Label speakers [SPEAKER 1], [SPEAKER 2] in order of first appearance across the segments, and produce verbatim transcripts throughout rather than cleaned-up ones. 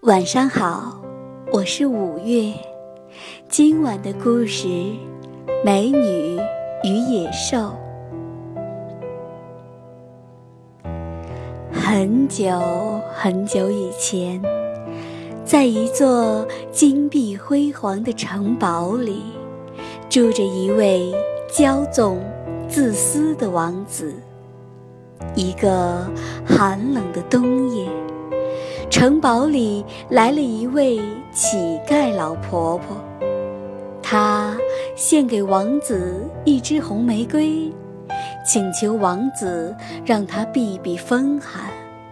[SPEAKER 1] 晚上好，我是五月。今晚的故事《美女与野兽》。很久很久以前，在一座金碧辉煌的城堡里，住着一位骄纵自私的王子。一个寒冷的冬夜，城堡里来了一位乞丐老婆婆，她献给王子一支红玫瑰，请求王子让她避避风寒。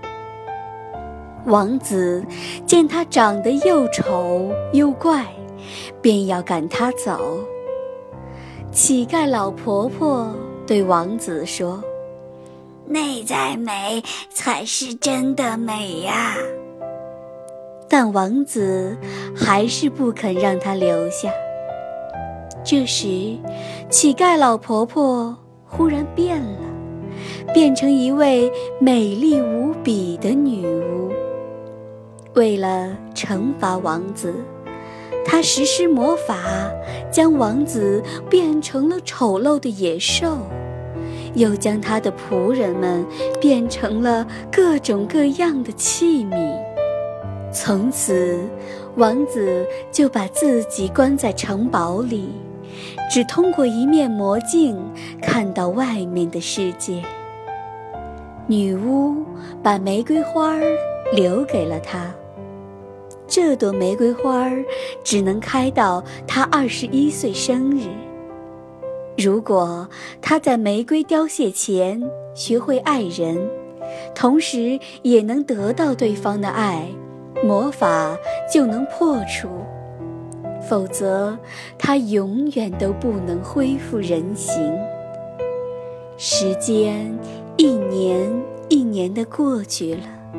[SPEAKER 1] 王子见她长得又丑又怪，便要赶她走。乞丐老婆婆对王子说：内在美才是真的美呀。但王子还是不肯让她留下。这时，乞丐老婆婆忽然变了，变成一位美丽无比的女巫。为了惩罚王子，她实施魔法，将王子变成了丑陋的野兽，又将他的仆人们变成了各种各样的器皿。从此，王子就把自己关在城堡里，只通过一面魔镜看到外面的世界。女巫把玫瑰花留给了他，这朵玫瑰花只能开到他二十一岁生日。如果他在玫瑰凋谢前学会爱人，同时也能得到对方的爱，魔法就能破除，否则他永远都不能恢复人形。时间一年一年地过去了，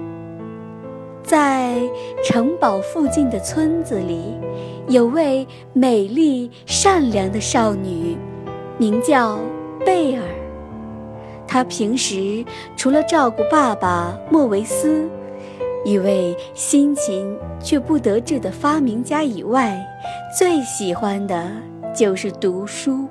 [SPEAKER 1] 在城堡附近的村子里，有位美丽善良的少女，名叫贝尔。她平时除了照顾爸爸莫维斯，一位辛勤却不得志的发明家以外，最喜欢的就是读书。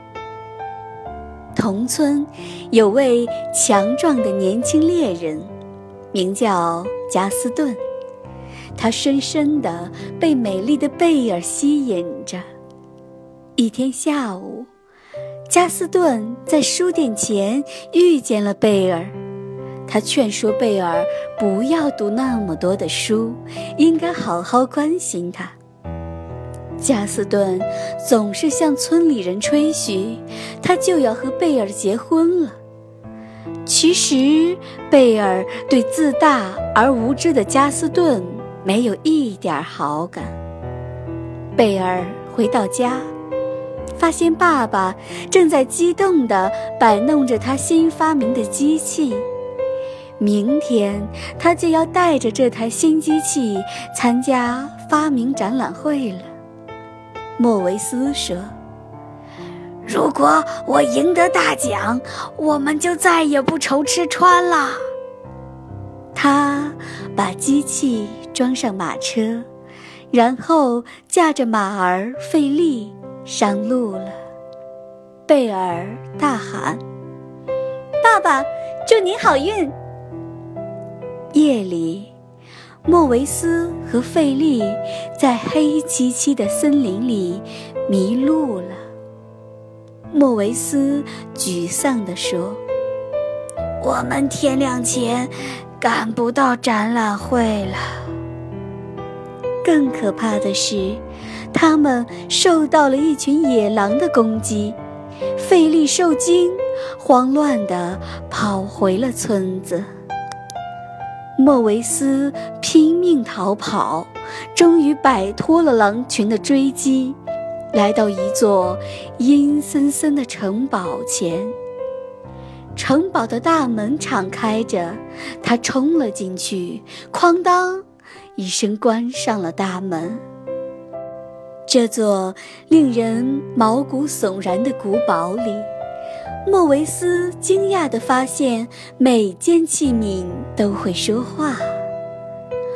[SPEAKER 1] 同村有位强壮的年轻猎人，名叫加斯顿，他深深地被美丽的贝尔吸引着。一天下午，加斯顿在书店前遇见了贝尔，他劝说贝尔不要读那么多的书，应该好好关心他。加斯顿总是向村里人吹嘘，他就要和贝尔结婚了。其实，贝尔对自大而无知的加斯顿没有一点好感。贝尔回到家，发现爸爸正在激动地摆弄着他新发明的机器。明天他就要带着这台新机器参加发明展览会了。莫维斯说：如果我赢得大奖，我们就再也不愁吃穿了。他把机器装上马车，然后驾着马儿费力上路了。贝尔大喊：爸爸，祝您好运！夜里，莫维斯和费利在黑漆漆的森林里迷路了。莫维斯沮丧地说：我们天亮前赶不到展览会了。更可怕的是，他们受到了一群野狼的攻击。费利受惊，慌乱地跑回了村子。莫维斯拼命逃跑，终于摆脱了狼群的追击，来到一座阴森森的城堡前。城堡的大门敞开着，他冲了进去，哐当一声关上了大门。这座令人毛骨悚然的古堡里，莫维斯惊讶地发现每件器皿都会说话。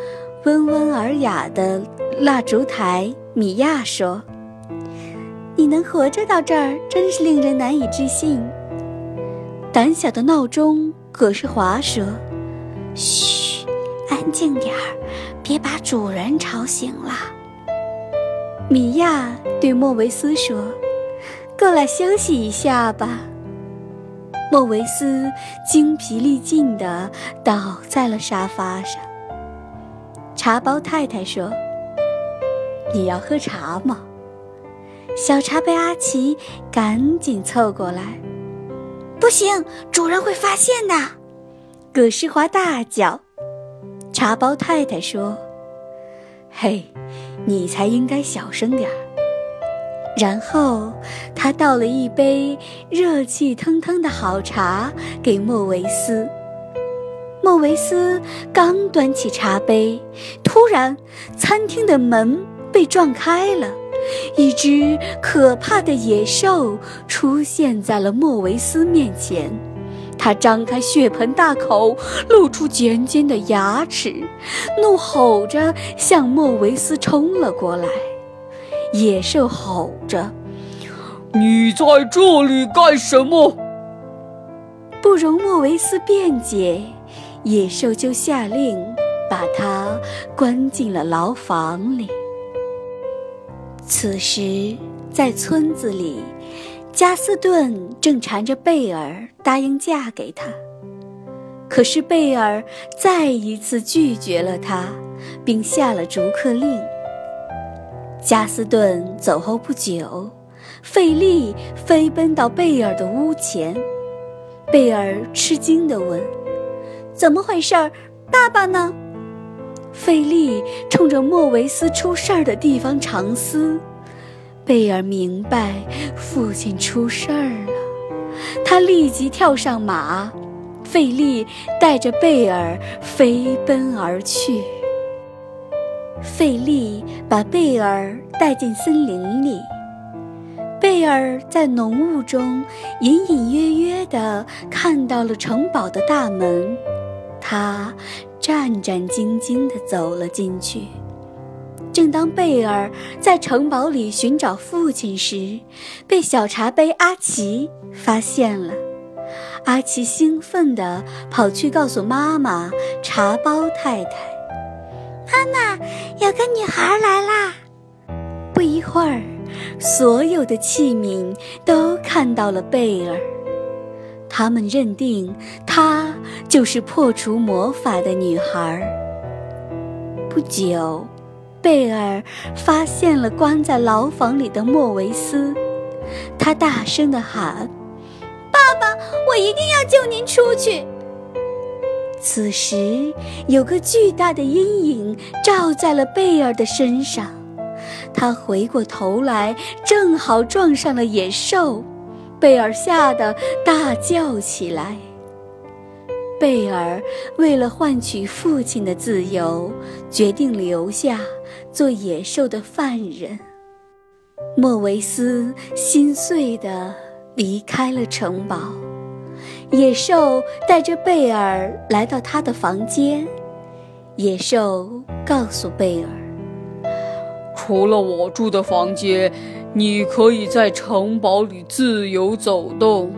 [SPEAKER 1] 温文尔雅的蜡烛台米娅说：“你能活着到这儿，真是令人难以置信。”胆小的闹钟葛世华说：“嘘，安静点儿，别把主人吵醒了。”米娅对莫维斯说：“过来休息一下吧。”莫维斯精疲力尽地倒在了沙发上。茶包太太说：“你要喝茶吗？”小茶杯阿奇赶紧凑过来：“不行，主人会发现的！”葛世华大叫。茶包太太说：“嘿，你才应该小声点儿。”然后他倒了一杯热气腾腾的好茶给莫维斯。莫维斯刚端起茶杯，突然餐厅的门被撞开了，一只可怕的野兽出现在了莫维斯面前。它张开血盆大口，露出尖尖的牙齿，怒吼着向莫维斯冲了过来。野兽吼着：“你在这里干什么？”不容莫维斯辩解，野兽就下令把他关进了牢房里。此时，在村子里，加斯顿正缠着贝尔答应嫁给他，可是贝尔再一次拒绝了他，并下了逐客令。加斯顿走后不久，费利飞奔到贝尔的屋前。贝尔吃惊地问：“怎么回事？爸爸呢？”费利冲着莫维斯出事儿的地方长嘶。贝尔明白父亲出事儿了，他立即跳上马，费利带着贝尔飞奔而去。费利把贝尔带进森林里，贝尔在浓雾中隐隐约约地看到了城堡的大门，他战战兢兢地走了进去。正当贝尔在城堡里寻找父亲时，被小茶杯阿奇发现了。阿奇兴奋地跑去告诉妈妈茶包太太：“妈妈，有个女孩来啦！”不一会儿，所有的器皿都看到了贝尔，他们认定她就是破除魔法的女孩。不久，贝尔发现了关在牢房里的莫维斯，他大声地喊：“爸爸，我一定要救您出去！”此时，有个巨大的阴影照在了贝尔的身上，他回过头来，正好撞上了野兽。贝尔吓得大叫起来。贝尔为了换取父亲的自由，决定留下做野兽的犯人。莫维斯心碎地离开了城堡。野兽带着贝尔来到他的房间。野兽告诉贝尔：“除了我住的房间，你可以在城堡里自由走动。”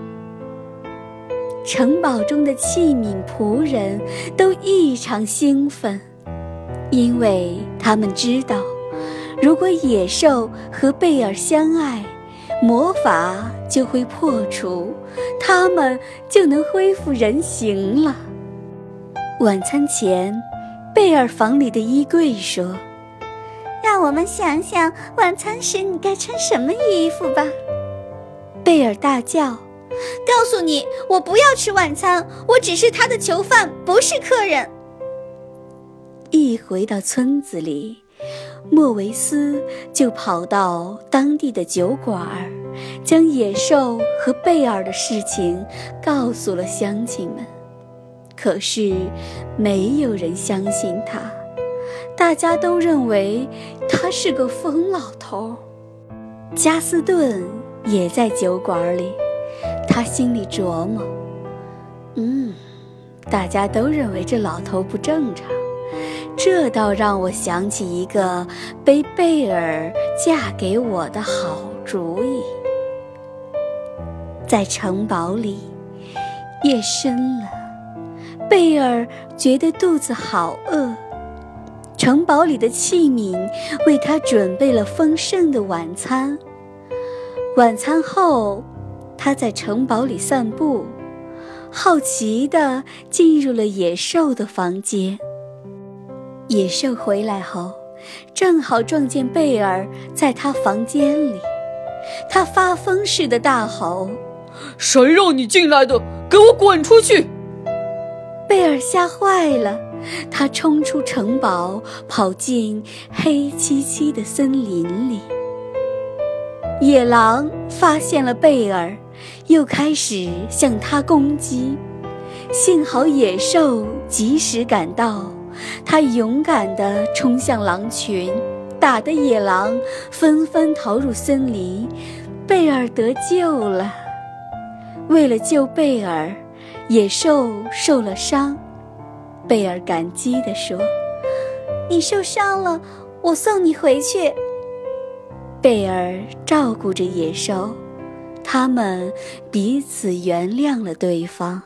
[SPEAKER 1] 城堡中的器皿仆人都异常兴奋，因为他们知道，如果野兽和贝尔相爱，魔法就会破除，他们就能恢复人形了。晚餐前，贝尔房里的衣柜说：“让我们想想晚餐时你该穿什么衣服吧。”贝尔大叫：“告诉你，我不要吃晚餐，我只是他的囚犯，不是客人。”一回到村子里，莫维斯就跑到当地的酒馆，将野兽和贝尔的事情告诉了乡亲们。可是没有人相信他，大家都认为他是个疯老头。加斯顿也在酒馆里，他心里琢磨：嗯，大家都认为这老头不正常， 这倒让我想起一个被贝尔嫁给我的好主意。在城堡里，夜深了，贝尔觉得肚子好饿。城堡里的器皿为他准备了丰盛的晚餐。晚餐后，他在城堡里散步，好奇地进入了野兽的房间。野兽回来后，正好撞见贝尔在他房间里，他发疯似的大吼：
[SPEAKER 2] 谁让你进来的？给我滚出去！
[SPEAKER 1] 贝尔吓坏了，他冲出城堡，跑进黑漆漆的森林里。野狼发现了贝尔，又开始向他攻击。幸好野兽及时赶到，他勇敢地冲向狼群，打得野狼纷纷逃入森林，贝尔得救了。为了救贝尔，野兽受了伤。贝尔感激地说：你受伤了，我送你回去。贝尔照顾着野兽，他们彼此原谅了对方。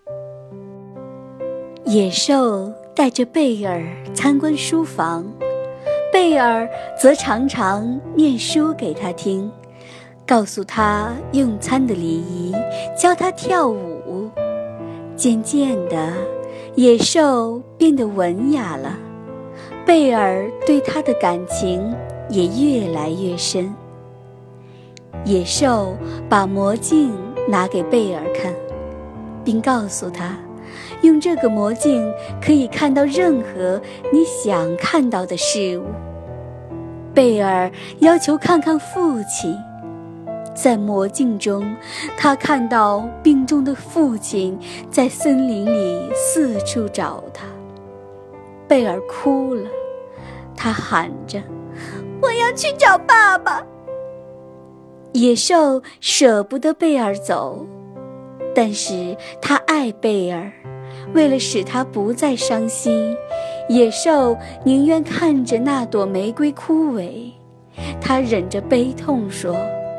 [SPEAKER 1] 野兽带着贝尔参观书房，贝尔则常常念书给他听，告诉他用餐的礼仪，教他跳舞。渐渐的，野兽变得文雅了，贝尔对他的感情也越来越深。野兽把魔镜拿给贝尔看，并告诉他，用这个魔镜可以看到任何你想看到的事物。贝尔要求看看父亲，在魔镜中，他看到病重的父亲在森林里四处找他。贝尔哭了，他喊着：我要去找爸爸。野兽舍不得贝尔走，但是他爱贝尔，为了使他不再伤心，野兽宁愿看着那朵玫瑰枯萎。他忍着悲痛说：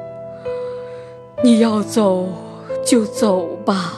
[SPEAKER 1] 你要走就走吧。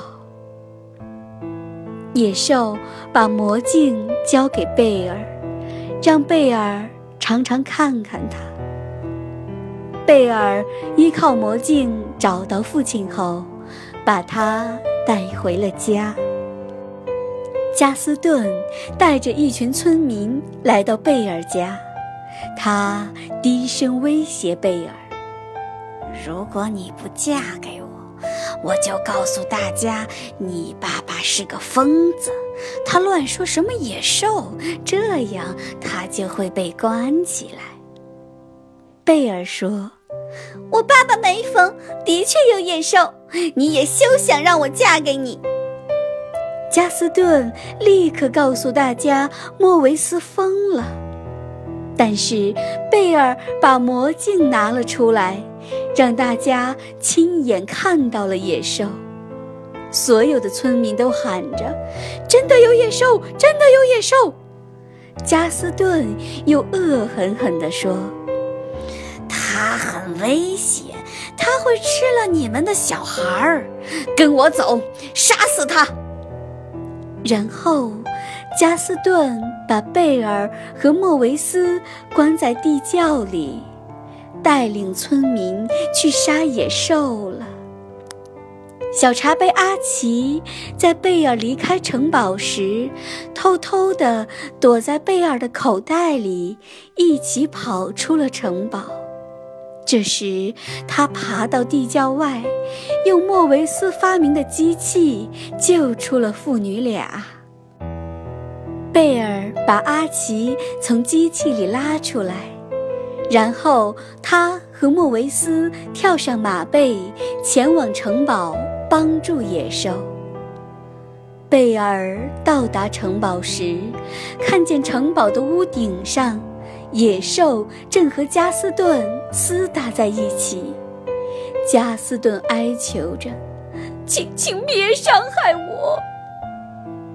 [SPEAKER 1] 野兽把魔镜交给贝尔，让贝尔常常看看他。贝尔依靠魔镜找到父亲后，把他带回了家。加斯顿带着一群村民来到贝尔家，他低声威胁贝尔：如果你不嫁给我，我就告诉大家你爸爸是个疯子，他乱说什么野兽，这样他就会被关起来。贝尔说：我爸爸没疯，的确有野兽，你也休想让我嫁给你。加斯顿立刻告诉大家莫维斯疯了，但是贝尔把魔镜拿了出来，让大家亲眼看到了野兽。所有的村民都喊着：真的有野兽，真的有野兽。加斯顿又恶狠狠地说：他很危险，他会吃了你们的小孩儿，跟我走，杀死他。然后加斯顿把贝尔和莫维斯关在地窖里，带领村民去杀野兽了。小茶杯阿奇在贝尔离开城堡时，偷偷地躲在贝尔的口袋里，一起跑出了城堡。这时他爬到地窖外，用莫维斯发明的机器救出了父女俩。贝尔把阿奇从机器里拉出来，然后他和莫维斯跳上马背，前往城堡帮助野兽。贝尔到达城堡时，看见城堡的屋顶上野兽正和加斯顿厮打在一起。加斯顿哀求着：请请别伤害我。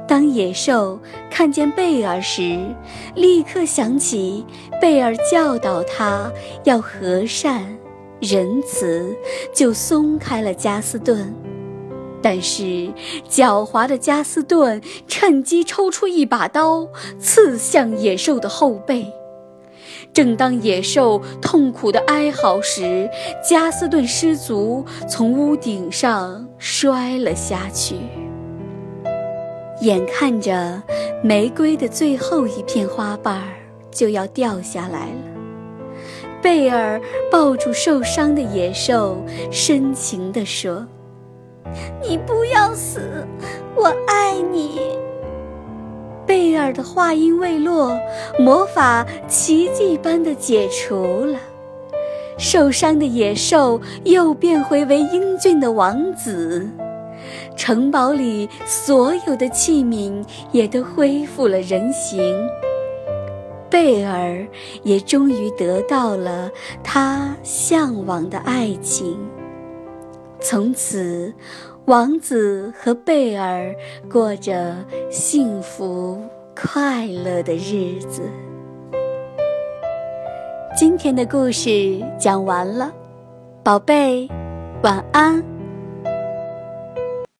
[SPEAKER 1] 当野兽看见贝尔时，立刻想起贝尔教导他要和善仁慈，就松开了加斯顿。但是狡猾的加斯顿趁机抽出一把刀，刺向野兽的后背。正当野兽痛苦地哀嚎时，加斯顿失足从屋顶上摔了下去。眼看着玫瑰的最后一片花瓣就要掉下来了，贝尔抱住受伤的野兽，深情地说：“你不要死，我爱你。”贝尔的话音未落，魔法奇迹般地解除了，受伤的野兽又变回为英俊的王子，城堡里所有的器皿也都恢复了人形，贝尔也终于得到了他向往的爱情。从此，王子和贝尔过着幸福快乐的日子。今天的故事讲完了，宝贝，晚安。